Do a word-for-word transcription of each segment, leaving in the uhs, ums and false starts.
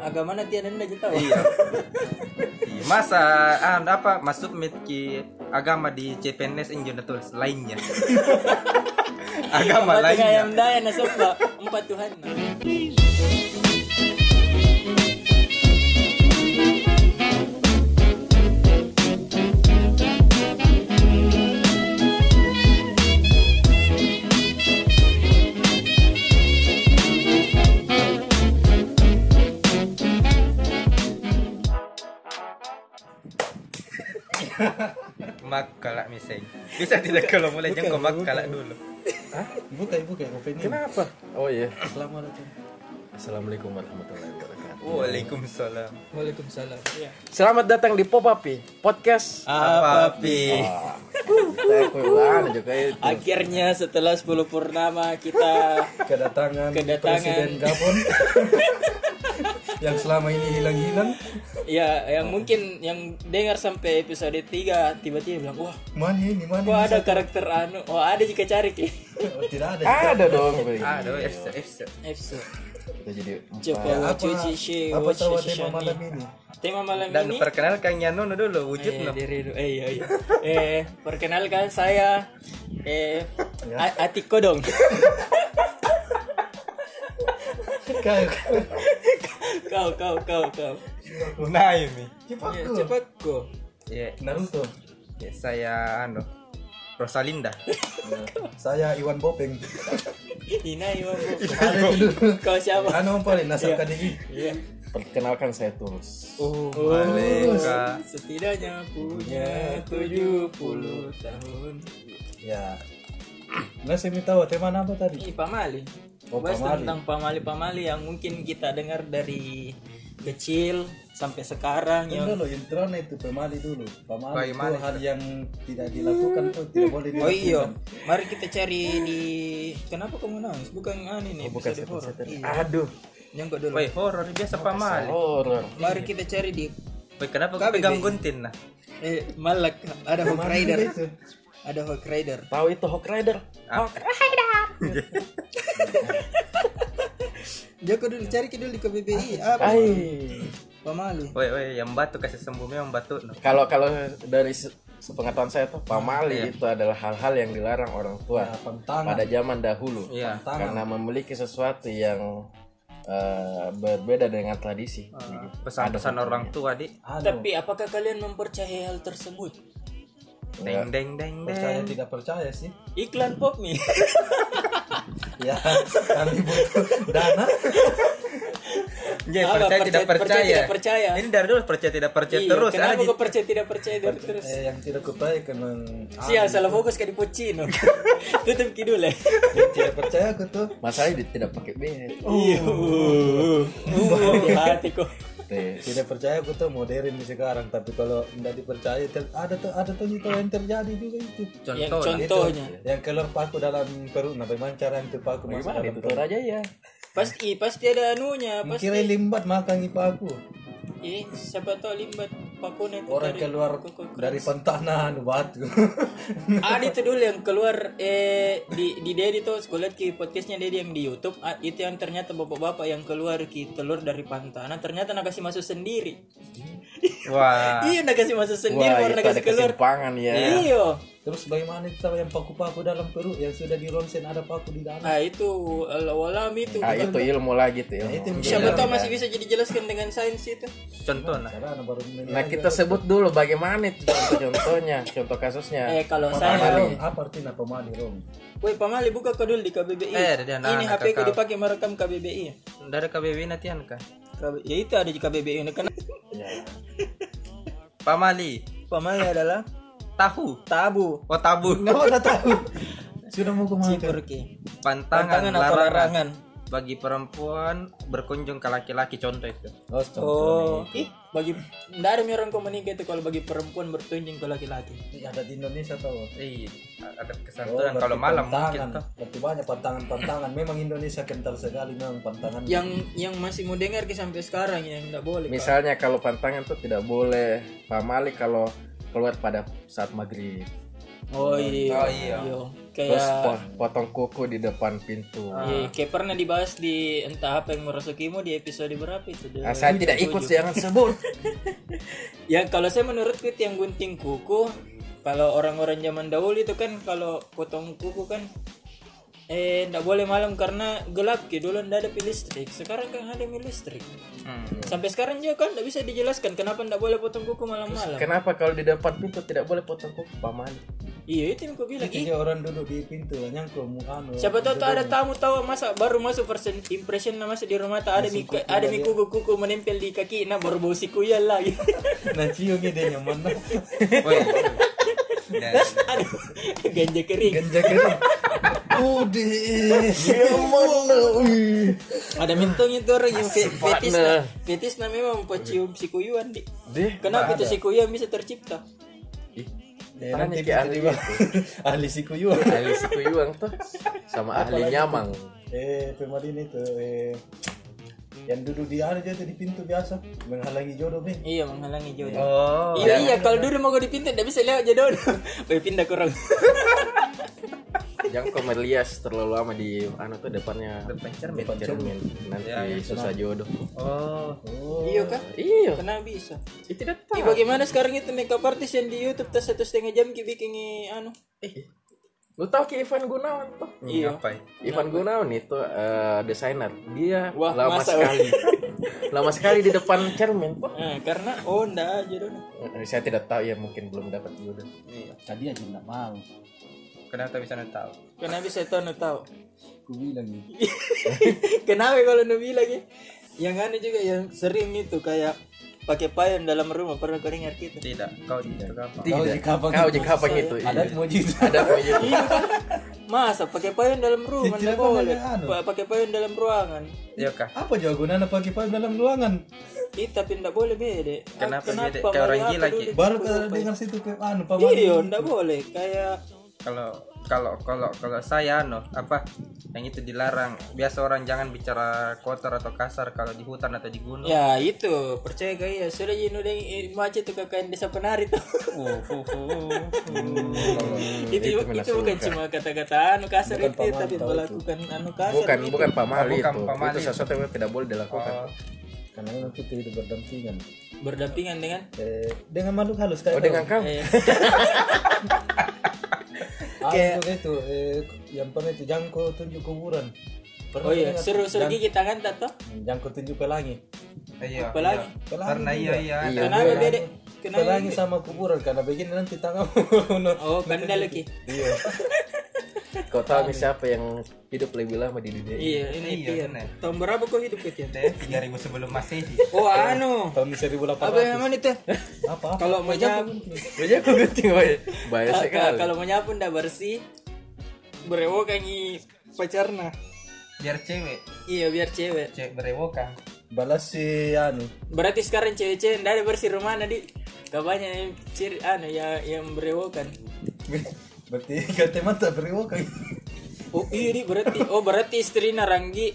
agama nanti anda aja tahu. Iya. Masa ah, apa masuk ki agama di C P N S injo tulis lainnya. Agama lainnya. Ayam daya nasabah empat Tuhan. Makalak miseng. Bisa tidak kalau mulai jangan kau makalak dulu. Hah? Buka buka opening. Kenapa? Oh iya. Assalamualaikum. Assalamualaikum warahmatullahi wabarakatuh. Waalaikumsalam. Waalaikumsalam. Ya. Selamat datang di Popapi Podcast. Apa pi? Saya kuilan juga itu. Akhirnya setelah sepuluh purnama kita Kedatangan, Kedatangan. Presiden Gabon yang selama ini hilang-hilang. ya yang mungkin yang dengar sampai episode tiga tiba-tiba bilang, "Wah, Mana ini? Mana? kok ini ada satu?" karakter anu? Oh, ada jika cari ki." Oh, tidak ada. Ada dong, Boy. Aduh, F C F C. F C. Kita jadi Coba Apa cuci shi, apa cuci tahu shi tema malam ini? Tema malam Dan ini perkenalkan Yanono dulu eh, wujudnya. diri dulu. Eh, iya, iya. eh, perkenalkan saya eh A- Atiko dong. Kau. kau, kau, kau, kau. Nah ini. Ya, Cepat cepat kok. Ya, Naruto. ya, saya anu Rosalinda. Saya Iwan Bopeng. Ina Iwan Bu. Ada itu dulu. Kau siapa? Anu paling nasab K D I. Iya. perkenalkan saya Tulus. Oh, Oh, malaikat. setidaknya punya tujuh puluh tahun. Ya. Nah, saya minta tahu tema apa tadi? Ini pamali. Oh, Bahas pamali. tentang pamali-pamali yang mungkin kita dengar dari kecil sampai sekarang yang Yang dulu intro itu pemali dulu. Pemali itu Pemali. hal yang tidak dilakukan tuh tidak boleh Oh dilakukan. iya, mari kita cari di kenapa kamu nangis? Bukan aneh nih, Oh, bukan episode horor. setan-setan. Iya. Aduh, Yang kok dulu. Woi, horor biasa pamali. horor. Mari kita cari di Woi, kenapa K kau B B? pegang gunting nah? eh malak ada Hawk Pemali Rider. juga itu. Ada Hawk Rider. Tahu itu Hawk Rider? Hawk Joko dulu cari dulu di K B B I apa? Ai. Pamali. Woi, woi, yang batu kasih sembuh memang batu. No. Kalau kalau dari se- sepengetahuan saya tuh pamali Iya. itu adalah hal-hal yang dilarang orang tua Ya, pentangan. pada zaman dahulu. Iya. Karena memiliki sesuatu yang eh, berbeda dengan tradisi. Pesan-pesan orang tua, Dik. Anu, Tapi apakah kalian mempercayai hal tersebut? Deng deng deng percaya deng. tidak percaya sih. Iklan pop mie. Ya, kami butuh dana. Jadi Apa, percaya, tidak percaya- percaya percaya. tidak percaya? Ini dari dulu percaya tidak percaya Iya, terus. kenapa Ada kau percaya tidak percaya dari terus? Eh, yang tidak kupercaya karena Sial, salah fokus ke di Pocino. Tutup kidul ya. yang tidak percaya aku tuh. Masalahnya dia tidak pakai bed. Iya. Uh, hati kok. Teh. Tidak percaya aku tuh modern di sekarang, tapi kalau tidak dipercaya ter- ada tuh ada tuh itu yang terjadi juga itu. Yang contoh. Itu, contohnya. yang keluar paku dalam perut, nah bagaimana cara itu paku masuk Gimana dalam itu perut? aja ya? Pasti pasti ada anunya, pasti. Kira limbat makan paku. Eh, siapa tahu limbat pakune itu Orang dari keluar kuku keras. dari pentanan batu. Ada itu dulu yang keluar eh di di Dedi tuh, gue liat ki podcastnya Dedi yang di YouTube, ah, itu yang ternyata bapak-bapak yang keluar ki telur dari pantana ternyata nak kasih masuk sendiri. Wah. Iya, nak kasih masuk sendiri, Wah, baru itu nak ada kasih keluar. kesimpangan ya. Iya. Terus bagaimana itu tahu yang paku-paku dalam perut yang sudah di ronsen ada paku di dalam? Ah itu alam itu. Ah, bukan- itu ilmu lagi tuh ilmu. itu Siapa Iya. tahu masih bisa jadi jelaskan dengan sains itu. Contoh nah. Karena baru Nah, kita sebut dulu bagaimana itu contoh-contohnya, contoh kasusnya. Eh kalau Pamali saya, Rom, apa artinya pemali Rom? woi pamali buka kau dulu di K B B I. Eh, ada anak-anak Ini H P ku kakak. dipakai merekam K B B I. Dari K B B nantian kah? K B- Ya itu ada di K B B I ini kan. Pamali, Pamali adalah tahu. tabu, Oh, tabu. Nggak udah tahu. Sudah mau kemana? cipurki, Pantangan, pantangan atau larangan larangan. bagi perempuan berkunjung ke laki-laki, contoh itu. Oh, contoh Oh, nih. ih bagi nggak ada orang kau menikah itu kalau bagi perempuan bertunjing ke laki-laki. Ini ada di Indonesia tahu. Iya, ada Oh, kesantunan berarti kalau malam mungkin pantangan. tuh. Berarti banyak pantangan-pantangan. Memang Indonesia kental sekali memang pantangan. Yang yang masih mau dengar ki sampai sekarang yang nggak boleh. Kak. Misalnya kalau pantangan tuh tidak boleh pamali kalau keluar pada saat maghrib. Oh iya. Oh, iya. Terus kayak po- potong kuku di depan pintu. iya, kayak pernah dibahas di entah apa yang merasukimu di episode berapa itu. Di Ah, saya tidak ikut, jangan sebut. Ya kalau saya menurutku itu yang gunting kuku, kalau orang-orang zaman dahulu itu kan kalau potong kuku kan eh ndak boleh malam karena gelap, ki dulu ndak ada listrik. Sekarang kan ada listrik. Hmm. Sampai sekarang juga kan ndak bisa dijelaskan kenapa ndak boleh potong kuku malam-malam. Kenapa kalau di depan pintu tidak boleh potong kuku, Paman? Iya itu yang aku bilang. Jadi Ih, orang duduk di pintu nyangkut anu. siapa tahu tuh ada tamu tahu masa baru masuk first impression nama di rumah tak ada mi ada mi kuku-kuku menempel di kaki, nah baru bau sikuyal lagi. Nah cium dia nyaman. Woi. Dan Aduh, ganja kering. Ganja kering. Udah. Ada mentong itu orang yang fe- fetis Nah. na, fetis na memang pecium sikuyuan di. Deh, Kenapa itu sikuyuan bisa tercipta? ih, Eh, tanya nanti ke bisa ahli jadi itu. ahli sikuyuan. Ahli sikuyuang tuh sama ahli Apalagi nyamang. Eh pemadin itu eh yang duduk di anu dia tuh di pintu biasa menghalangi jodoh Ben. Iya menghalangi jodoh. oh. iya iya kalau dulu mau gue di pintu nggak bisa lihat jodoh. Boleh pindah kurang. Jangan kau melias terlalu lama di anu tuh depannya Depan cermin. Depan cermin. Nanti Ya, ya, susah jodoh. Oh. Oh. Iya kan? Iya, Kenapa bisa? itu tidak Ih, tahu. bagaimana sekarang itu makeup artist yang di YouTube tas satu setengah jam ki bikin i- anu? Eh, lu tahu ki Ivan Gunawan tuh? Iya. Apa ya? Ivan Gunawan itu eh, desainer. Dia Wah, lama masa, sekali. lama sekali di depan cermin tuh. Nah, karena oh ndak jodoh. Eh, Saya tidak tahu ya, mungkin belum dapat jodoh. Iya. Tadi aja enggak mau. Kenapa bisa nggak tahu? Kenapa bisa tahu ndak tahu? Ku bilang nih. Kenapa kalau Nabi lagi? Yang aneh juga yang sering itu kayak pakai payung dalam rumah, pernah kau dengar gitu? Tidak. Kau tidak apa? Kau di kapang Kau itu. di kapang itu. Ada iya. mojit. Ada mojit. Masa pakai payung dalam rumah Tidak ndak boleh? pernah anu. Pa- Pakai payung dalam ruangan. Iya kah? Apa jawaban anda pakai payung dalam ruangan? Ih, tapi ndak boleh bede. Ah, Kenapa bede? Kayak orang Maria gila, apa Ki. dulu Baru di- ke dengar situ ke anu paman. Iya, ndak boleh. Kayak Kalau kalau kalau kalau saya no apa yang itu dilarang. Biasa orang jangan bicara kotor atau kasar kalau di hutan atau di gunung. ya itu percaya kayak ya sudah jinu deng macet tuh kakak desa penari tuh. Uh, uh, uh. itu itu, menasukan. bukan cuma kata-kata anu kasar Bukan itu paman tapi tahu melakukan anu kasar. Bukan, gitu. bukan pamali Oh, bukan itu. pamali. Itu sesuatu yang tidak boleh dilakukan. Oh. Karena memang kita hidup berdampingan. Berdampingan dengan Eh, dengan makhluk halus kayak Oh, dengan kau. eh, Ah, itu itu eh, yang pernah itu jangko tunjuk kuburan. Pernah oh iya dengar? seru seru Jang- gigi tangan tak toh? Jangko tunjuk pelangi. Iya. Apa lagi? iya. Pelangi Karena iya juga. iya. Iya. Kenapa Pelangi- beda? Kenapa? Pelangi sama kuburan karena begini nanti tanganmu. Oh kan ada lagi. Iya. Kau tahu nih siapa yang hidup lebih lama di dunia ini? Iya ini Iya, dia. benar. Tahun berapa kau hidup Kian? Teh tiga ribu sebelum Masehi. Oh anu. Tahun seribu delapan Apa ratus. yang mana itu? Apa? apa? Kalau mau nyapu, Banyak aku gunting boy. Bahaya ka- sekali. kalau mau nyapu ndak bersih, berewokan i pacarna. Biar cewek, Iya biar cewek. cewek berewokan. Balas si anu. Berarti sekarang cewek-cewek ndak ada bersih rumah di. Kabarnya yang ciri anu yang yang berewokan. Berarti kata mata berewokan. Oh iya di berarti. Oh berarti istri Naranggi.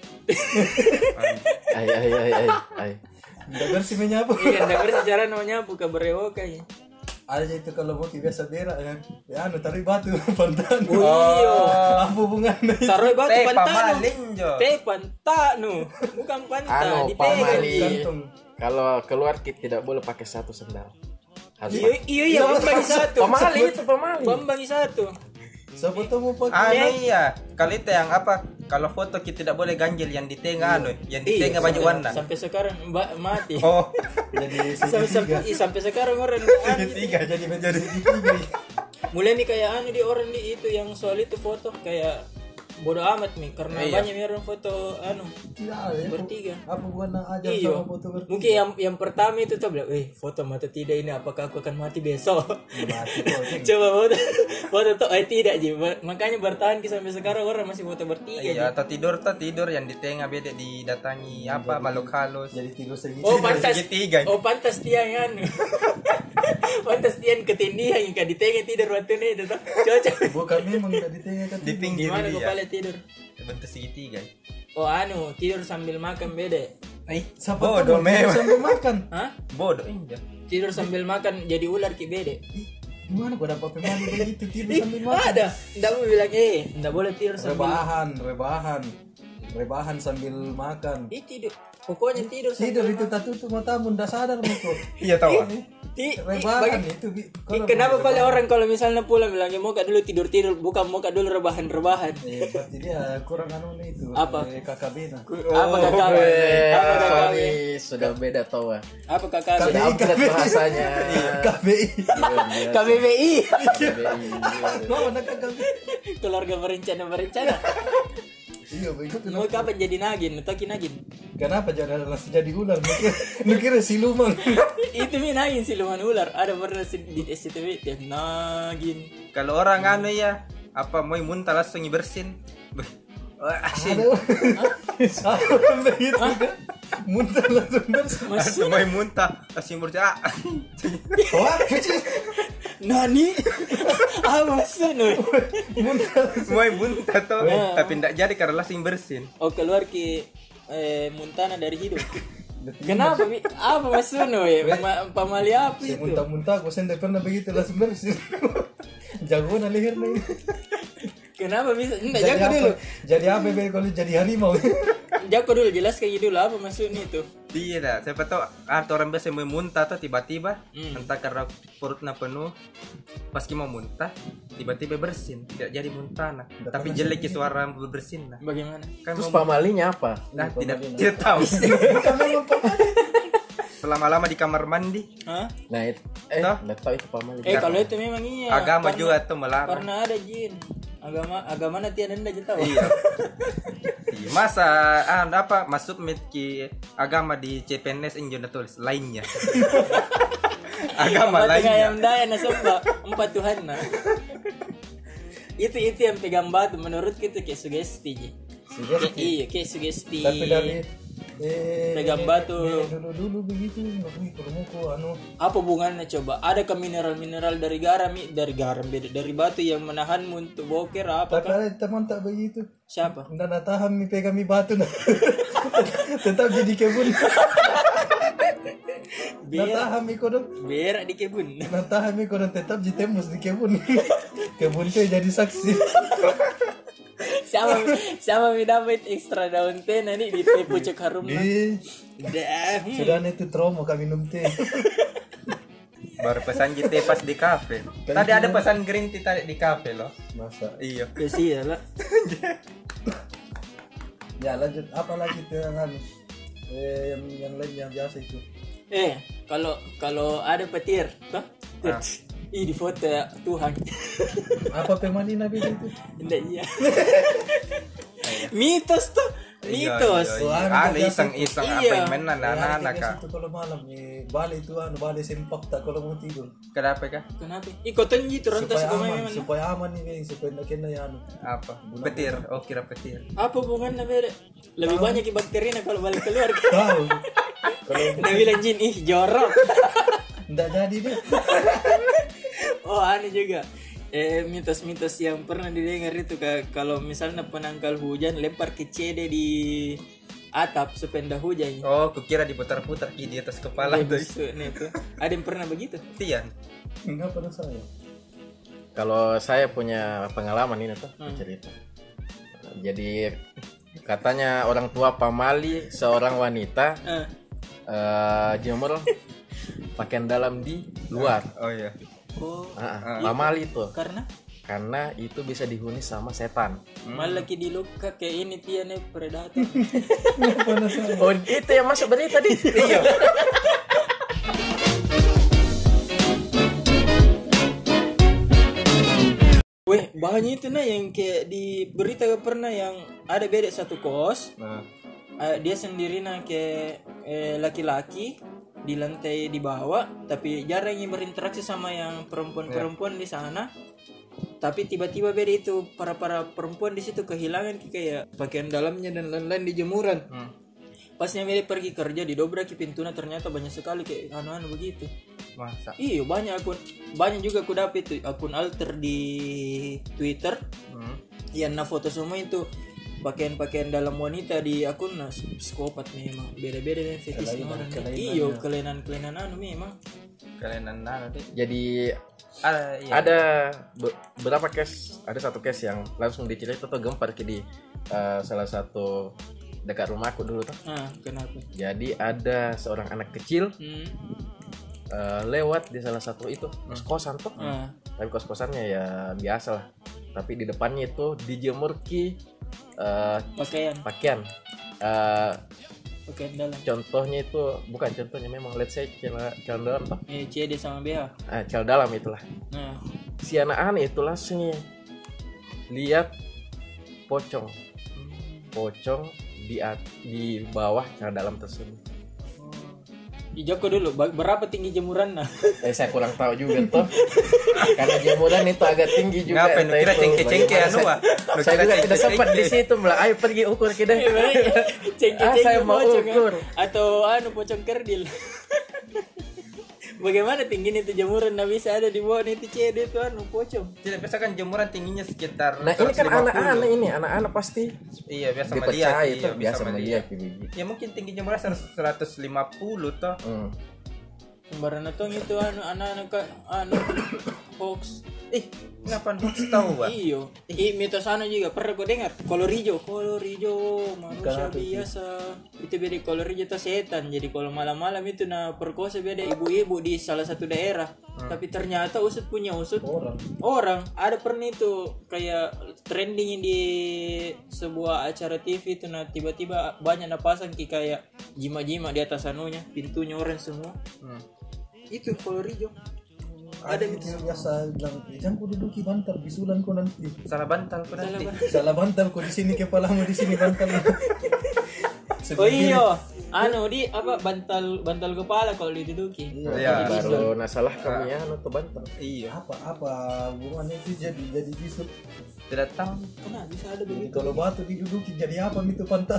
Ay ay ay ay ay. Enggak bersih menyapu. Iya ndak bersih cara namanya buka berewokan. Ya. Ada itu kalau mau biasa berak ya. Ya anu taruh batu pantan. Oh iya. Apa hubungannya? Taruh batu Teh pantanu. pamaling jo. Teh pantanu. Bukan pantan. Anu, Dipegang. pamali. Gantung. Kalau keluar kita tidak boleh pakai satu sendal. Harus Iya iya iya bambang satu. pamali itu pamali. Bambang satu. Siapa tahu mau pakai? Anu iya, kalau itu yang apa? Kalau foto kita tidak boleh ganjil yang di tengah anu, yang di tengah baju sampai- warna. Sampai sekarang mbak mati. Oh, Jadi Sampai, segitiga. sampai, ih, sampai sekarang orang anu, Segitiga jadi menjadi segitiga. mulai nih kayak anu di orang di itu yang soal itu foto kayak bodoh amat nih karena Iya. banyak nih orang foto anu Tidak ada ya. bertiga. Apa hubungan aja Iya. sama foto bertiga? Mungkin yang yang pertama itu tuh bilang, "Eh, foto mata tidak ini apakah aku akan mati besok?" Mati kok. Coba foto foto tuh eh tidak Ji. Ma- Makanya bertahan ki sampai sekarang orang masih foto bertiga. Ji. iya, atau tidur tuh tidur yang di tengah beda didatangi apa makhluk halus. Jadi tidur segitiga. Oh pantas segitiga. Oh pantas dia yang anu. Pantas dia yang ketindihan yang di tengah tidur waktu ini itu tuh. Cocok. Bukan memang enggak di tengah kan. Di pinggir Gimana dia. kepala tidur? Bentuk segitiga. Oh anu tidur sambil makan beda. Eh, Siapa bodoh tahu mau tidur memang. sambil makan. Hah? Bodoh iya. Tidur sambil makan jadi ular ki beda. Gimana gua dapat pemandi begitu tidur Ih, sambil makan? ada. Nggak mau bilang eh, nggak boleh tidur sambil. Rebahan, rebahan. Rebahan sambil makan. Ih, tidur. Pokoknya tidur sambil. Tidur itu tak tutup matamu, ndak sadar muka. Iya tahu. Ti, Rebahan bagi- itu. Bi- Ih, kalau kenapa mau pada rebahan. orang kalau misalnya pulang bilangnya mau dulu tidur tidur, bukan mau dulu rebahan rebahan. Eh, berarti dia kurang anu nih itu. Apa? Eh, K K B nah. Apa kakak? Eh, Apa kakak? sorry, sudah beda tau ah. Apa kakak? K B I, Sudah upgrade K B I. bahasanya. K B I. K B B I. K B I. Mau nak K B I. Keluarga berencana berencana. Iya begitu. Mau kapan jadi nagin? Atau nagin? Kenapa jangan langsung jadi ular? Lu kira, lu kira siluman. Itu mi nagin siluman ular. Ada pernah si- di S C T V tiap nagin. Kalau orang anu ya, apa mau muntah langsung bersin. Wah, asin. Ada. Sama begitu kan. Muntah langsung bersih. Atau mau muntah langsung bersin. Wah, kecil. Nani? Apa maksud nu? Muntah. Mau muntah tuh, tapi tidak jadi karena langsung bersin. Oh keluar ke eh, muntana dari hidup. Kenapa? Mi? Apa maksud nu? Ya? Ma- Pamali apa Si itu? muntah-muntah, gue sendiri pernah begitu langsung bersih. Jagoan leher nih. Kenapa bisa? Nggak, Jadi jago apa? dulu. Jadi apa be kalau jadi harimau? Jago dulu, jelas kayak dulu apa maksudnya itu. Tidak, siapa tahu ada orang biasa mau muntah tuh tiba-tiba, Hmm. entah karena perutnya penuh, pas mau muntah, tiba-tiba bersin, tidak jadi muntah nah. Tapi jelek suara bersin nah. Bagaimana? Kan Terus mau pamalinya apa? nah, tidak tidak tahu. Bukan memang pemali. Selama-lama di kamar mandi, Hah? Nah, itu, eh, Toh? nggak tahu itu pamali. Eh kalau itu memang iya. agama Karena- juga tuh melarang. Karena ada jin. Agama agama nanti anda aja tahu. Iya. Iya, masa ah, apa masuk ki agama di C P N S yang sudah tulis lainnya. Agama Empat lainnya. yang daya na sembah empat Tuhan nah. itu itu yang pegang batu menurut kita kayak sugesti. Ji. Sugesti. Kayak, iya kayak sugesti. Tapi dari eh Pegang batu. dulu-dulu begitu, ngakui kalau mau ku anu. Apa hubungannya coba? Ada ke mineral-mineral dari garam, Mi? dari garam beda dari batu yang menahanmu untuk boker apa Tapi kan? ada teman tak begitu. Siapa? Nggak nak tahan mi pegang mi batu nah. Tetap jadi kebun. Nggak Biar tahan mi kodong. berak di kebun. Nggak tahan mi kodong tetap ditembus di kebun. Kebun itu jadi saksi. Sama sama mi dapat ekstra daun teh nanti di teh pucuk harum. Nah. Di Dah. hmm. sudah itu trauma kami minum teh. Baru pesan G T pas di kafe. Tadi ada pesan green tea tadi di kafe loh. Masa. Iya. Kesian lah. Ya lanjut apa lagi tuh yang anu? Eh yang yang lain yang biasa itu. Eh, kalau kalau ada petir, toh? Ah. Ih, di foto ya, Tuhan. Apa pemandi nabi itu? Enggak iya. Mitos tuh. Mitos. Iya, iya, Wah, iya. Anu biasa. iseng-iseng apa Iya. yang mainan anak-anak kak. Itu kalau malam nih balik itu anu balik sempak tak kalau mau tidur. Kenapa kak? Kenapa? Ikutan gitu rontas Supaya kau aman, memang. supaya aman nih Bang, supaya nggak kena ya anu. Apa? Petir. Oh kira petir. Apa hubungannya beda? Lebih banyak bakterinya kalau balik keluar. Tahu. Kalau Dia bilang jin, ih jorok. nggak jadi deh. Oh aneh juga. Eh mitos-mitos yang pernah didengar itu kayak kalau misalnya penangkal hujan lempar ke C D di atap supaya ndak hujan. Oh kukira diputar-putar ki di atas kepala Iya, tuh. busuk nih tuh. Ada yang pernah begitu? Tian. Nggak pernah saya. Kalau saya punya pengalaman ini tuh cerita. Jadi katanya orang tua pamali seorang wanita Eh, eh jemur pakaian dalam di luar. Oh iya. oh, Ah, pamali tuh karena karena itu bisa dihuni sama setan. malah lagi di luka kayak ini dia nih predator. Oh itu yang masuk berita tadi. Iya. Weh, banyak itu nah yang kayak di berita pernah yang ada beda satu kos. Nah. Eh, dia sendiri nah kayak eh, laki-laki di lantai di bawah, tapi jarang yang berinteraksi sama yang perempuan-perempuan di sana. Tapi tiba-tiba beda itu para para perempuan di situ kehilangan kayak pakaian dalamnya dan lain-lain di jemuran. Hmm. Pasnya Meli pergi kerja didobrak pintunya ternyata banyak sekali kayak anu-anu begitu. Masa. Iya banyak akun, banyak juga aku dapet tuh akun alter di Twitter Hmm. yang na foto semua itu pakaian-pakaian dalam wanita di akun nah, psikopat memang beda-beda nih fetishnya orang. Iya kelainan-kelainan anu memang. Kalian nana deh. Jadi Ah, iya. ada be- beberapa case, ada satu case yang langsung dicerita tuh gempar ke di eh, salah satu dekat rumahku dulu tuh. Ah, kenapa? Jadi ada seorang anak kecil Hmm. eh, lewat di salah satu itu kos-kosan tuh. Ah. Tapi kos-kosannya ya biasa lah. Tapi di depannya itu dijemur ki eh, Pakaian, pakaian. Eh, pakaian dalam. contohnya itu bukan contohnya, memang let's say celana celana dalam toh. Eh, C D sama B H. Ah, celana dalam itulah. Nah, Si anak-anak itu langsung lihat pocong. Pocong di at- di bawah celana dalam tersebut. di Joko dulu, ba- berapa tinggi jemuran nah? Eh saya kurang tahu juga toh. Karena jemuran itu agak tinggi juga. Ngapain lu entah kira itu cengke-cengke bagaimana. anu ah? Lu Saya kira juga tidak sempat cengke-cengke. di situ, Mbak. Ayo pergi ukur kita. Cengkeh-cengkeh Ah, saya mau pocong, ya. ukur. Atau anu pocong kerdil. Bagaimana tingginya itu jemuran? Nah bisa ada di bawah itu C D itu anu pocong. Tidak biasa kan jemuran tingginya sekitar Nah, ini kan seratus lima puluh. anak-anak ini, anak-anak pasti Iya, biasa melihat. dipercaya Iya, itu biasa bisa melihat biji. Ya mungkin tinggi jemuran seratus lima puluh toh. Hmm. Sembarangan tong itu anu anak-anak ka- anu hoax. Ih, kenapa lu tahu, Pak? Iyo, i mitos anu juga pernah kau dengar? Kolor hijau, kolor hijau manusia Kenapa itu? biasa. Itu beda kolor hijau itu setan. Jadi kalau malam-malam itu nah perkosa beda ibu-ibu di salah satu daerah. Tapi ternyata usut punya usut Orang. orang. Ada pernah itu kayak trending di sebuah acara T V itu nah tiba-tiba banyak napasang ki kayak jima-jima di atas anunya, pintunya orang semua. Hmm. Itu kolor hijau. Ada yang biasa bilang, jangan ku duduki bantal, bisulan ku nanti. Salah bantal kau nanti. Salah bantal ku di sini kepalamu, di sini bantal. Oh iya, anu di apa bantal bantal kepala kalau diduduki. Iya. Baru nasalah kami ya anu tuh bantal. Iya. Apa apa hubungannya itu jadi jadi bisu. Tidak tahu. Kenapa bisa ada Jadi begitu? kalau batu diduduki jadi apa itu pantas?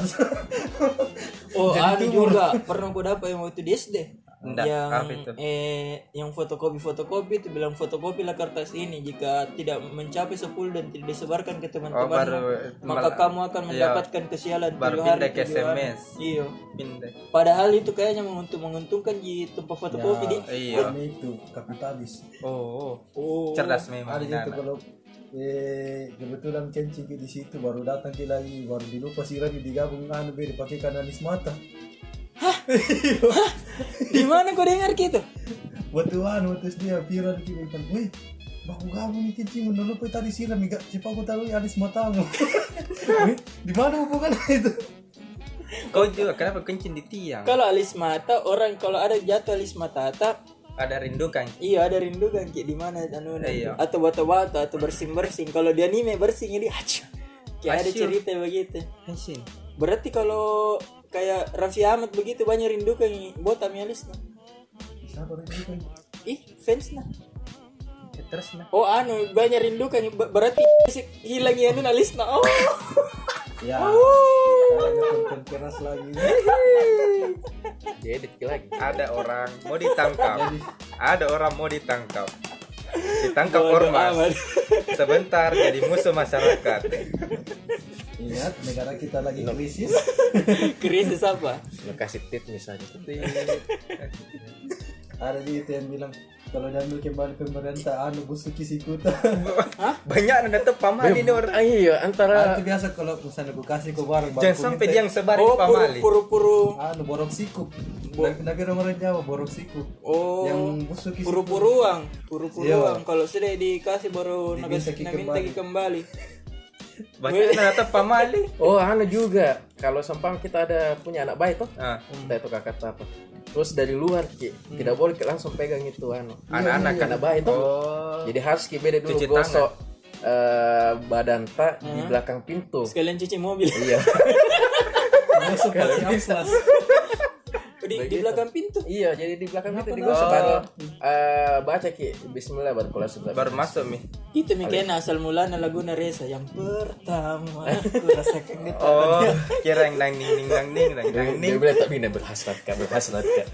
Oh, jadi anu tumor. juga pernah gua dapat yang waktu di S D. Enggak, yang apa itu? eh yang fotokopi fotokopi itu bilang fotokopi lah kertas ini jika tidak mencapai sepuluh dan tidak disebarkan ke Oh, teman-teman baru, maka malah- kamu akan iya. mendapatkan kesialan Baru tujuh hari pindah ke tujuh hari. S M S. Iya. Pindah. Padahal itu kayaknya menguntung menguntungkan di tempat fotokopi di. Iya. Ini itu kapitalis. Oh, oh. Oh. Cerdas memang. Ada Nana. itu kalau eh kebetulan kencing ke di situ baru datang ke lagi baru dilupa sirani digabung anu beda pakai kanalis mata. Di mana kau dengar gitu? Waktu anu terus dia viral gitu kan, weh baku kamu nih kencing menurut lupa tadi siram nih gak cepat aku tahu alis matamu. Weh, di mana hubungan itu? Kau juga kenapa kencing di tiang? Kalau alis mata orang kalau ada jatuh alis mata tak Ada rindu kan? iya ada rindu kan kayak di mana anu Iya. atau batu-batu atau bersin-bersin. Kalau di anime bersin jadi acuh. Kayak ada Asyik. cerita begitu. Kencing. Berarti kalau kayak Raffi Ahmad begitu banyak rindu kan botam alis nah. Siapa lagi itu? Ih, fans nah. Ya, terus nah. Oh anu banyak rindu kan ber- berarti hilang ya anu alis nah. Oh. Ya, kayaknya konten keras lagi. Diedit lagi. Ada orang mau ditangkap. Ada orang mau ditangkap. Ditangkap Bodoh ormas. amat. Sebentar jadi musuh masyarakat. Ingat negara kita lagi krisis. Krisis apa? Lu kasih tip misalnya. Ada di itu yang bilang kalau diambil kembali pemerintah anu busuk isi kuta. Banyak ada tetap pamali ini orang. Ah, iya, antara Itu biasa kalau misalnya gue kasih ke barang Jangan sampai dia yang sebar Oh, di pamali. puru-puru. anu borok sikup. Nabi orang Jawa borok sikup. Oh, Yang busuk isi puru-puru uang, puru-puru Iya. uang. Kalau sudah dikasih baru Diminta nagas ki naminta ki kembali. Banyak ada tetap pamali. oh anu juga kalau sempang kita ada punya anak bayi tuh. Ah, Entah itu kakak atau apa. Terus dari luar Ki, tidak boleh Ki langsung pegang itu anu. anak-anak Anak bayi tuh. Oh. Jadi harus Ki beda dulu Cuci gosok eh, badan tak di belakang pintu. Sekalian cuci mobil. Iya. busuk pakai amplas. di, di belakang pintu. Iya, jadi di belakang pintu digosok baru eh, baca Ki Bismillah baru kelas sebelas. Baru masuk mi. Itu mikirnya asal mulanya lagu Reza yang pertama aku rasakan getar. Oh, kira yang dang ding ding dang ding dang dang Dia ding. bilang tapi ini berhasrat Kak, berhasrat Kak.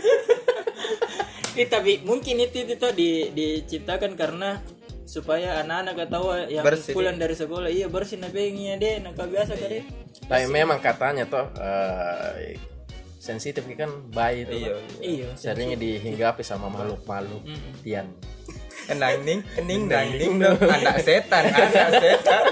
Eh, tapi mungkin itu itu tuh di, diciptakan karena supaya anak-anak gak tahu yang Bersih, pulang dari sekolah iya bersih nabengnya deh nak biasa kan deh. Tapi memang katanya toh eh, sensitif kan bayi itu. Iya. Iya. Seringnya dihinggapi sama makhluk-makhluk tian. Enang ning, ening nang ning dong. Anak setan, anak setan.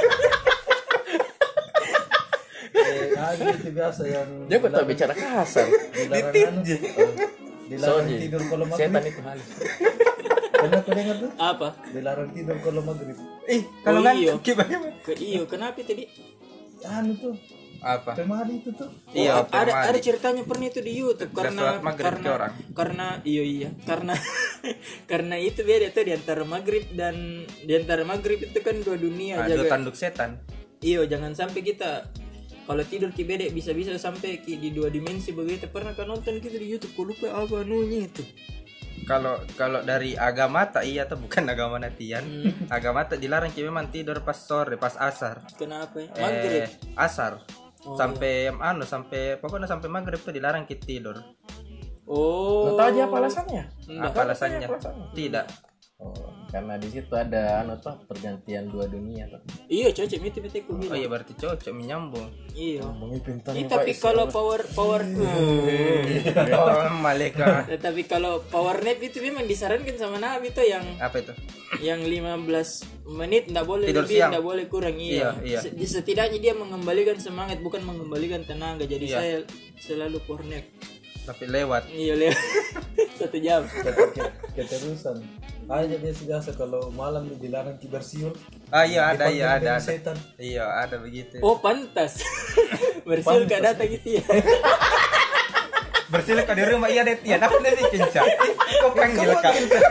Nah, itu biasa yang Dia kok tak bicara kasar. dilarang anu, dilarang Soalnya tidur kalau setan maghrib. itu halus. Pernah kau dengar tuh? Apa? Dilarang tidur kalau maghrib. Ih, kalau Oh, ngantuk iya. gimana? Ke iyo, kenapa tadi? Anu tuh, Apa? pemali itu tuh. Iya, Oh, ada pemali. ada ceritanya pernah itu di YouTube Udah karena sholat maghrib karena ke orang. karena iya iya karena karena itu beda tuh di antara maghrib dan di antara maghrib itu kan dua dunia Ada jaga. tanduk setan. Iyo, jangan sampai kita kalau tidur ki beda bisa-bisa sampai ki di dua dimensi begitu. Pernah kan nonton gitu di YouTube, kok lupa apa anunya itu. Kalau kalau dari agama tak iya tuh bukan agama natian. Agama tak dilarang kita memang tidur pas sore, pas asar. Kenapa ya? Maghrib. Eh, asar. Oh. Sampai anu sampai pokoknya sampai maghrib tuh dilarang kita tidur. Oh. Nggak tahu aja apa alasannya? Enggak. Apa alasannya? alasannya? Tidak. Oh, karena di situ ada anu tuh pergantian dua dunia tuh. Iya, cocok itu itu aku Oh bilang. iya berarti cocok menyambung. Iya. Ngomongin pintar Eh, tapi kalau power power Oh, malaikat. Eh, tapi kalau power nap itu memang disarankan sama Nabi tuh yang Apa itu? yang lima belas menit enggak boleh Tidur lebih, siang. enggak boleh kurang. Iya. Iya, iya. Se- Setidaknya dia mengembalikan semangat bukan mengembalikan tenaga. Jadi Iya. saya selalu power nap. Tapi lewat. Iya, lihat. Satu jam. Ke- keterusan. Aja biasa-biasa kalau malam dilarang kibersiul. Ah iya ada iya ada. ada. Setan. Iya ada begitu. Oh, pantas. Bersil enggak datang gitu ya. Bersilah di rumah iya deh tiada apa nih kencang. Kok panggil kak?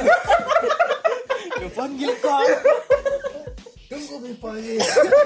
Lu panggil kau. Tunggu Bipai.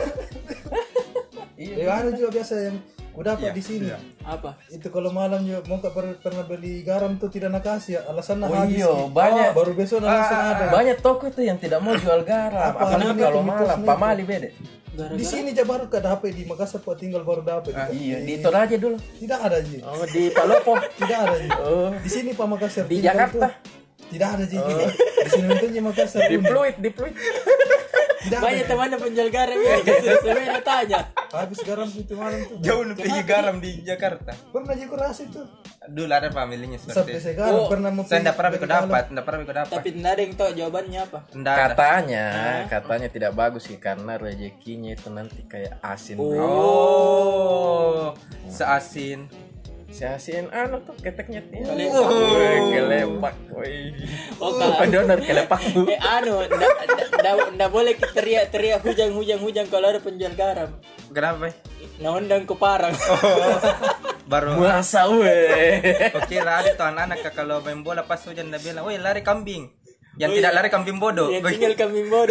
Iya, ada juga biasa yang udah dapat Iya, di sini. Apa? Itu kalau malam juga mau ke per- pernah beli garam tuh tidak nak kasih, alasan Oh habis. iya, Ki. banyak. Ah, baru besok langsung ada. Banyak toko itu yang tidak mau jual garam. Apa Apalagi namanya kalau itu, malam, mitosnya pamali bede. Di sini aja baru ke dapat di Makassar Pak tinggal baru dapat. Iya, di Toraja dulu. Tidak ada Ji. Oh, di Palopo. Tidak ada Ji. Oh, Di sini Pak Makassar Di tinggal Jakarta. tuh. Tidak ada Ji. Di sini itu Makassar. di unik. Pluit, di Pluit. Tidak Banyak ada. teman penjual garam ya. Sebenarnya tanya. Habis garam itu malam tuh. Jauh lebih garam di Jakarta. Pernah juga rasa itu. Dulu ada familinya Sampai seperti itu. sekarang Oh, pernah mau Saya tidak pernah beli ikut garam. dapat, tidak pernah ikut dapat. Tapi tidak ada yang tahu jawabannya apa. Nggak ada. Katanya, katanya tidak bagus sih karena rezekinya itu nanti kayak asin. bro. Oh, seasin. Si asin anu tuh keteknya tiap. Kelepak. Wih, kelepak. Wih. Oh, kalau Donor kelepak. Bu. eh anu, ndak ndak ndak boleh teriak-teriak hujan hujan hujan kalau ada penjual garam. Kenapa? Nah, undang ke parang. Baru Masa weh. oke lah ada tuh anak-anak Kak, kalau main bola pas hujan dia bilang, "Woi, lari kambing." Yang tidak lari kambing bodoh. Yang tinggal kami bodoh.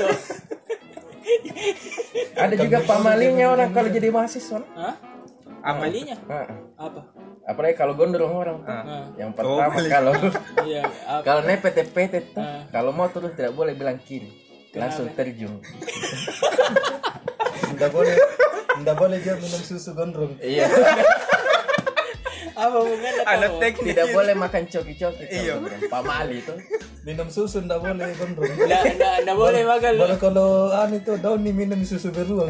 Ada juga pamalinya orang kalau jadi mahasiswa. Hah? Apa? Amalinya? Heeh. Apa? Apalagi kalau gondrong orang tuh. Nah, Yang pertama kalau iya, apa? kalau naik P T P T tuh, Ah. kalau mau turun tidak boleh bilang kiri. Langsung terjun. Tidak boleh. Tidak boleh juga minum susu gondrong. Iya. Apa hubungannya Ada tahu? teknik. Tidak boleh makan coki-coki. Iya. kalau pamali tuh. Minum susu tidak boleh gondrong. Ndak ndak ndak boleh makan. Baru kalau anu itu daun nih minum susu beruang.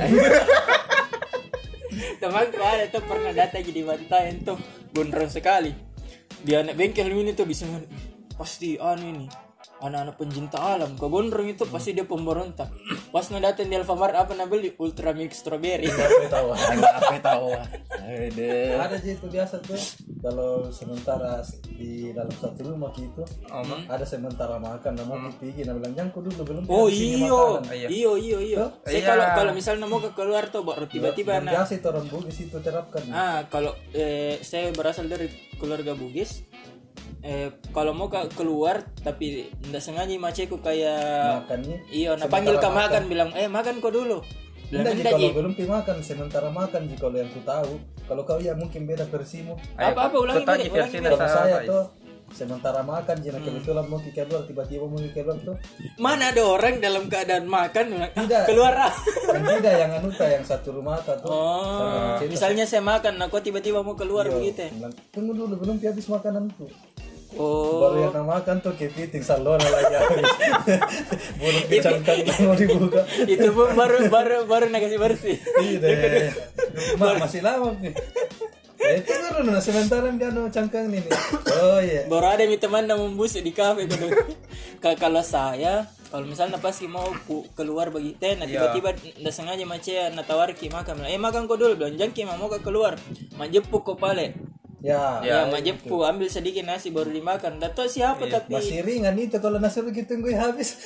Temanku ada tuh pernah datang di bantayan tuh gondrong sekali. Di anak bengkel ini tuh bisa pasti anu ini anak-anak pencinta alam. Ke gondrong itu pasti dia pemberontak. Pas nak datang di Alfamart apa nak beli Ultra Mix Strawberry. Apa tahu? Apa tahu? Ada. Ada aja itu biasa tuh kalau sementara di dalam satu rumah gitu ada sementara makan nama pergi nah bilang jangan dulu belum Oh habis ini iyo, makanan." iyo iyo iyo. Saya Iya. kalau kalau misalnya mau ke keluar tuh baru tiba-tiba Dan nah. biasa itu orang Bugis itu terapkan. Ah, kalau eh, saya berasal dari keluarga Bugis. Eh, kalau mau ke keluar tapi ndak sengaja maceku kayak Makannya iya, nah sementara panggil ke makan. makan bilang, "Eh, makan kau dulu." Bilang, Enggak Ji, "Enggak, kalau Ji." belum pi makan sementara makan Ji kalau yang ku tahu. Kalau kau ya mungkin beda versimu. Apa-apa ulangi, Kau tahu Bede, versi ulangi, Nasa Kalau saya apa, tuh sementara makan Ji nah kebetulan mau ke keluar tiba-tiba mau ke keluar tuh. Mana ada orang dalam keadaan makan bilang, "Ah, Tidak. keluar ah." Kan tidak yang anu ta yang satu rumah ta tuh. Oh, misalnya saya makan, nah kau tiba-tiba mau keluar begitu ya? Bilang, tunggu dulu belum pi habis makanan tuh. Oh, Baru yang nak makan tuh kepiting salona lagi habis. Belum dicangkang mau dibuka. itu pun baru baru baru nak kasih bersih. Iya deh. Ma, masih lama pi. Eh, itu dulu nah sementara dia no cangkang ini. Oh iya. Baru ada mi teman yang membusuk di kafe gitu. Ka- Kalau saya, kalau misalnya pas mau ku keluar bagi teh, nah tiba-tiba ndak sengaja mace na tawar ki makan. Eh makan kau dulu bilang jangki mau ke keluar. Majepuk kau pale. Ya. Ya, majepuk ambil sedikit nasi baru dimakan. Ndak tahu siapa tapi Masih ringan itu kalau nasi begitu gue habis.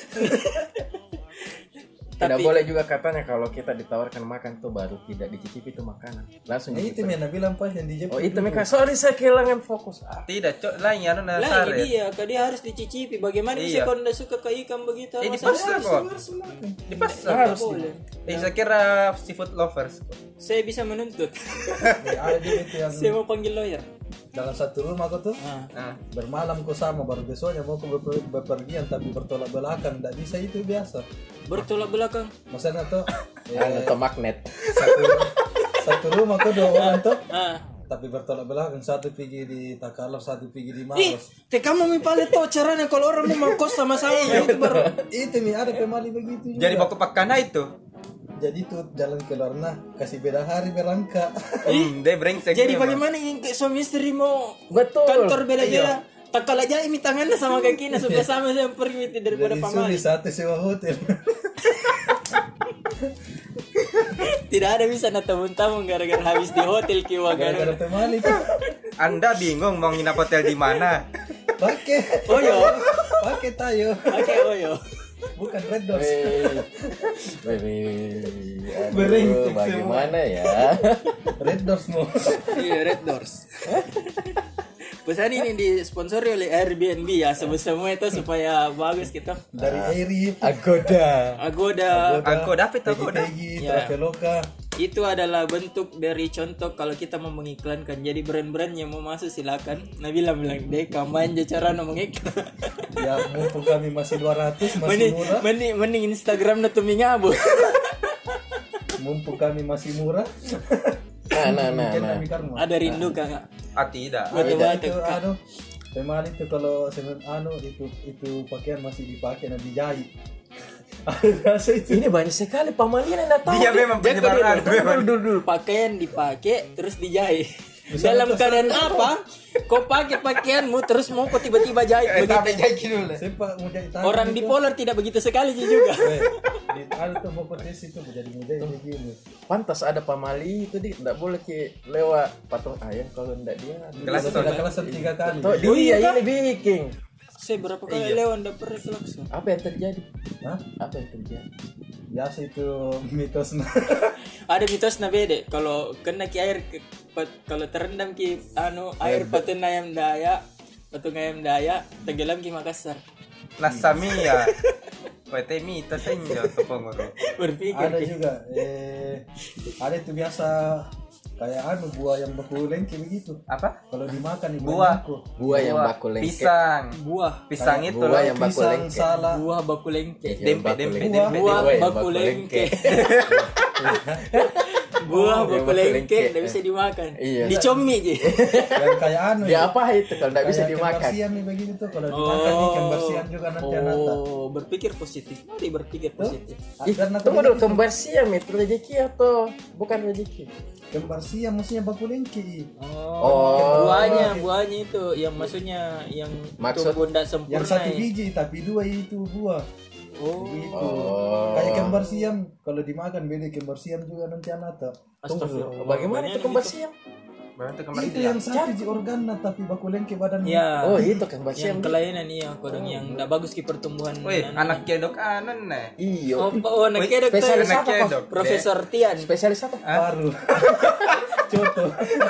Tidak Tapi- boleh juga katanya kalau kita ditawarkan makan tuh baru tidak dicicipi itu makanan. Langsung Nah, itu gitu. yang bilang pas yang di Jepang. Oh itu mereka sorry saya kehilangan fokus. Ah, Tidak, cok, lain ya lah nasar ini dia, kak dia harus dicicipi. Bagaimana bisa Iya. kalau ndak suka ke ikan begitu? Eh, di Masa pasar harus- kok. Di pasar. Nggak boleh. Eh, saya kira seafood lovers. Saya bisa menuntut. Ya, ada juga itu yang Saya mau panggil lawyer. dalam satu rumah kok tuh. Ah. Nah, Bermalam kok sama baru besoknya mau ke beper- bepergian tapi bertolak belakang tidak bisa itu biasa. Bertolak belakang. Maksudnya tuh anu eh, tuh magnet. satu satu rumah kok dua orang tuh Ah. tapi bertolak belakang satu pergi di Takalar satu pergi di Ih, Maros. teh kamu mipale tuh caranya kalau orang mau mangkos sama-sama itu baru. Itu nih ada pemali begitu juga. jadi baku pakana itu. Jadi tuh jalan keluar nah kasih beda hari berangkat. Hmm, dia brengsek. Jadi memang. bagaimana yang ke suami istri mau Betul. kantor beda-beda? Tak kalah aja ini tangannya sama kakinya sudah sama saya pergi daripada Jadi pamali. sulit satu sewa hotel. Tidak ada bisa na tamun-tamun gara-gara habis di hotel kiwa Gara-gara gara. pemali tuh Anda bingung mau nginap hotel di mana? pakai Oh yo, pakai tayo oke oh yo. bukan Red Doors. Wih, wih, aduh, Berengsek bagaimana ya? Red Doors mau. Iya, Red Doors. Pesan ini disponsori oleh Airbnb ya, sebut semua itu supaya bagus gitu. Dari Airi, Agoda. Agoda Aku dapat aku udah. Tegi, Ya. Traveloka. itu adalah bentuk dari contoh kalau kita mau mengiklankan. Jadi brand-brand yang mau masuk silakan. Nah bilang bilang deh kamu aja cara no mengiklan. Ya mumpung kami masih dua ratus masih Mending, murah. mending, mending Instagram na tumingabu. Mumpung kami masih murah. Nah, nah, nah, Mungkin nah. kami karma. Ada rindu kak? Ah tidak. Batu-batu itu kak. anu pemali itu kalau semen anu itu itu pakaian masih dipakai dan dijahit. Ada biasa itu. Ini banyak sekali pamalian yang enggak tahu. Dia memang Jangan penyebar dulu, anu, dulu, memang. dulu, dulu. Pakaian dipakai terus dijahit. Dalam keadaan apa? Kau pakai pakaianmu terus mau kau tiba-tiba jahit Eh, tapi begitu. kayak dulu. Sempat mau jahit tangan Orang itu. bipolar tidak begitu sekali juga. Eh, di anu tuh mau potes itu jadi mudah begini. Pantas ada pamali itu di enggak boleh ki lewat patung ayam kalau enggak dia. Kelas Bisa tidak kelasan tiga kali. Tuh Oh, dia iya, ini bikin. Saya berapa kali lewat ndak pernah klakson. Apa yang terjadi? Hah? Apa yang terjadi? Biasa itu mitos. Ada mitos na bede kalau kena ki air ke, pat- kalau terendam ki anu air patung ayam daya patung ayam daya tenggelam ki Makassar. Nasamia. Pete mita senja topongoro. Berpikir Ada ki. juga eh ada itu biasa kayak anu buah yang beku lengki begitu. Apa? Kalau dimakan ibu Buah. Buah yang baku lengke. Pisang. Buah Pisang itu buah loh. yang baku Pisang lengke. salah. buah baku lengke. Yang Dempe, baku dempe, lengke. dempe. Buah Buah yang baku lengke. Yang Buah baku baku lengke lengke. tidak bisa dimakan. Iya. Dicomi ji. Yang kayak anu. Dia apa itu kalau enggak bisa kayak dimakan? Kembarsian nih begitu tuh kalau dimakan nih kembarsian juga nanti anata. Oh, berpikir positif. Mari berpikir positif. Ih, Karena tunggu dulu, kembar siam itu rezeki atau bukan rezeki? kembarsian maksudnya baku lengki. Oh, buahnya, buahnya itu yang maksudnya yang Maksud- tumbuh ndak sempurna. Yang satu ya. biji tapi dua itu buah. Oh, Gitu. Oh. Kayak kembar siam kalau dimakan beda kembar siam juga nanti anata. Tunggu dulu. astagfirullah. Bagaimana itu kembar siam? Berarti kemarin Itu yang satu ji organna tapi baku lengki badan. Ya. Oh, itu kembar siam. yang kelainan iya, kodong yang ndak bagus ki pertumbuhan. Wih, anak kedok anon nih. Iya. Oh, oh anak kedok Spesialis tuh. Anak kedok. Profesor Tian. Spesialis apa? Paru. Contoh.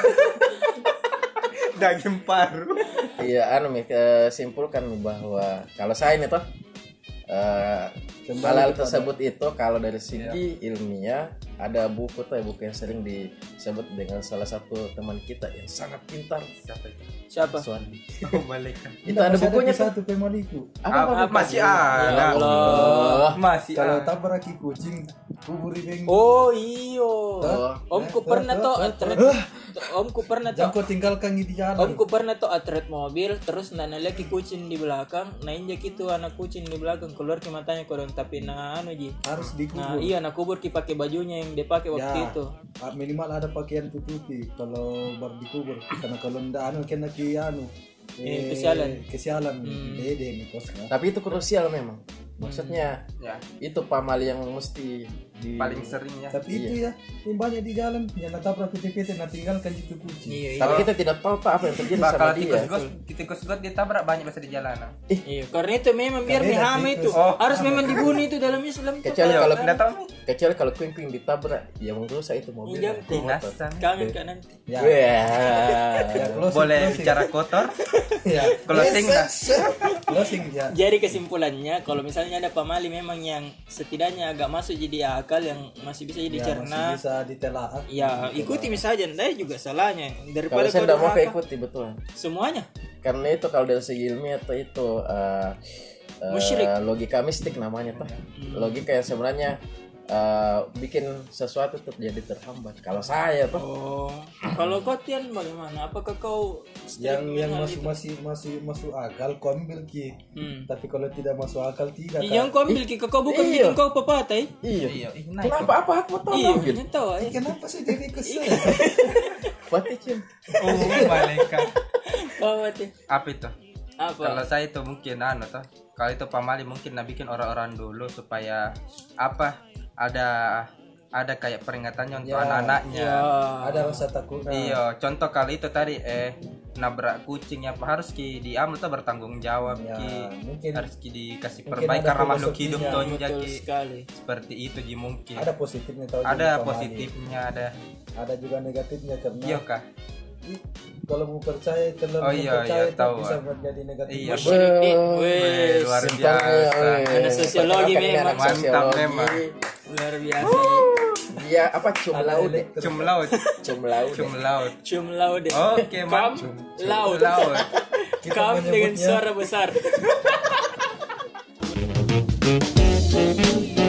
Daging paru. Iya, anu Mi, ke- simpulkan bahwa kalau saya ini toh eh, hal-hal tersebut itu kalau dari segi ilmiah ada buku tuh buku yang sering disebut dengan salah satu teman kita yang sangat pintar. Siapa itu? Siapa? Suwandi. Oh, balik. Itu ada bukunya tuh. satu pemaliku. Ah, masih Ya ada. Allah. Masih Kalau ada. tabraki kucing, kuburi beng. Oh iyo. Oh. Omku pernah tuh atret. Omku pernah tuh. Jangan kau tinggalkan di jalan. Omku pernah tuh atret mobil terus nana lagi kucing di belakang, nah injak itu anak kucing di belakang keluar ke matanya kodong tapi nah anu ji. Harus dikubur. Nah iya nak kubur ki pakai bajunya yang dia pakai waktu Ya. itu. Ah, minimal ada pakaian tutupi kalau baru dikubur karena kalau ndak anu kena ki anu Eh, kesialan. kesialan Hmm. beda nih kosnya. Tapi itu krusial memang. Maksudnya Ya, itu pamali yang mesti di paling seringnya. Tapi itu ya, ini banyak di jalan yang natabrak P T P T nah tinggalkan itu kunci. Iya, iya. Tapi kita tidak tahu Pak apa yang terjadi Bakal sama dia. tikus got, tikus got ditabrak banyak biasa di jalanan. Iya, karena itu memang biar Karena mihama tikus. itu Oh. harus memang dibunuh itu dalam Islam. tuh, Kecuali Pak. kalau Enggak tahu nih. kecuali kalau kuing-kuing ditabrak, ya merusak itu mobil. Iya, atau motor. Dinasan. kangen kan nanti. Ya. Wah. Ya, closing, Boleh closing. bicara kotor? Ya. Closing dah. Closing ya. Jadi kesimpulannya kalau misalnya ada pamali memang yang setidaknya agak masuk jadi akal yang masih bisa jadi Ya, cerna, masih bisa ditelaah. ya ikuti saja, ndak juga salahnya Kalau daripada saya kau tidak mau durhaka. ikuti betul. Semuanya. Karena itu kalau dari segi ilmiah itu itu eh, eh, Musyrik. logika mistik namanya tuh. Logika yang sebenarnya eh, bikin sesuatu tuh jadi terhambat. Kalau saya tuh Oh, kalau kau Tian bagaimana? Apakah kau yang setuju yang dengan masih itu? masih masih masuk akal kau ambil ki. Hmm. Tapi kalau tidak masuk akal tidak. Yang Kak. kau ambil Ki, kau bukan Iya. bikin kau pepatai. iya. Iya, ih, naik. Kenapa apa aku tahu Iya, ambil? ini tahu Eh, ya. kenapa sih jadi kesel? Pati cim. Oh, malaikat. Kau mati. Apa itu? Apa? Kalau saya itu mungkin anu toh. Kalau itu pamali mungkin nah bikin orang-orang dulu supaya apa? Ada ada kayak peringatannya untuk Ya, anak-anaknya. Ya. Ada rasa takut. Nah, Iya, contoh kali itu tadi eh nabrak kucing apa harus ki diambil tuh bertanggung jawab Ya, ki. mungkin Harus ki dikasih mungkin perbaik ada karena makhluk hidup filosofinya. tuh Betul jadi sekali. seperti itu ji mungkin. ada positifnya tahu Ada jadi pamali. positifnya ada. Ada juga negatifnya karena Iya kah? ih, kalau mau percaya terlalu Oh, iya, percaya iya, itu tahu, bisa ah. menjadi negatif. Iya. Musyrik nih. Weh, Wes. luar Simpelnya, biasa. weh. Anak sosiologi Perkenalkan ini memang. anak Mantap sosiologi. memang. Luar biasa. Dia apa cum Ada laude? elektro- Cum laut, Cum laude. cum laut. Cum laude. Oke, Kam mantap. laut. Laut. Kita Kam dengan menyebutnya- suara besar.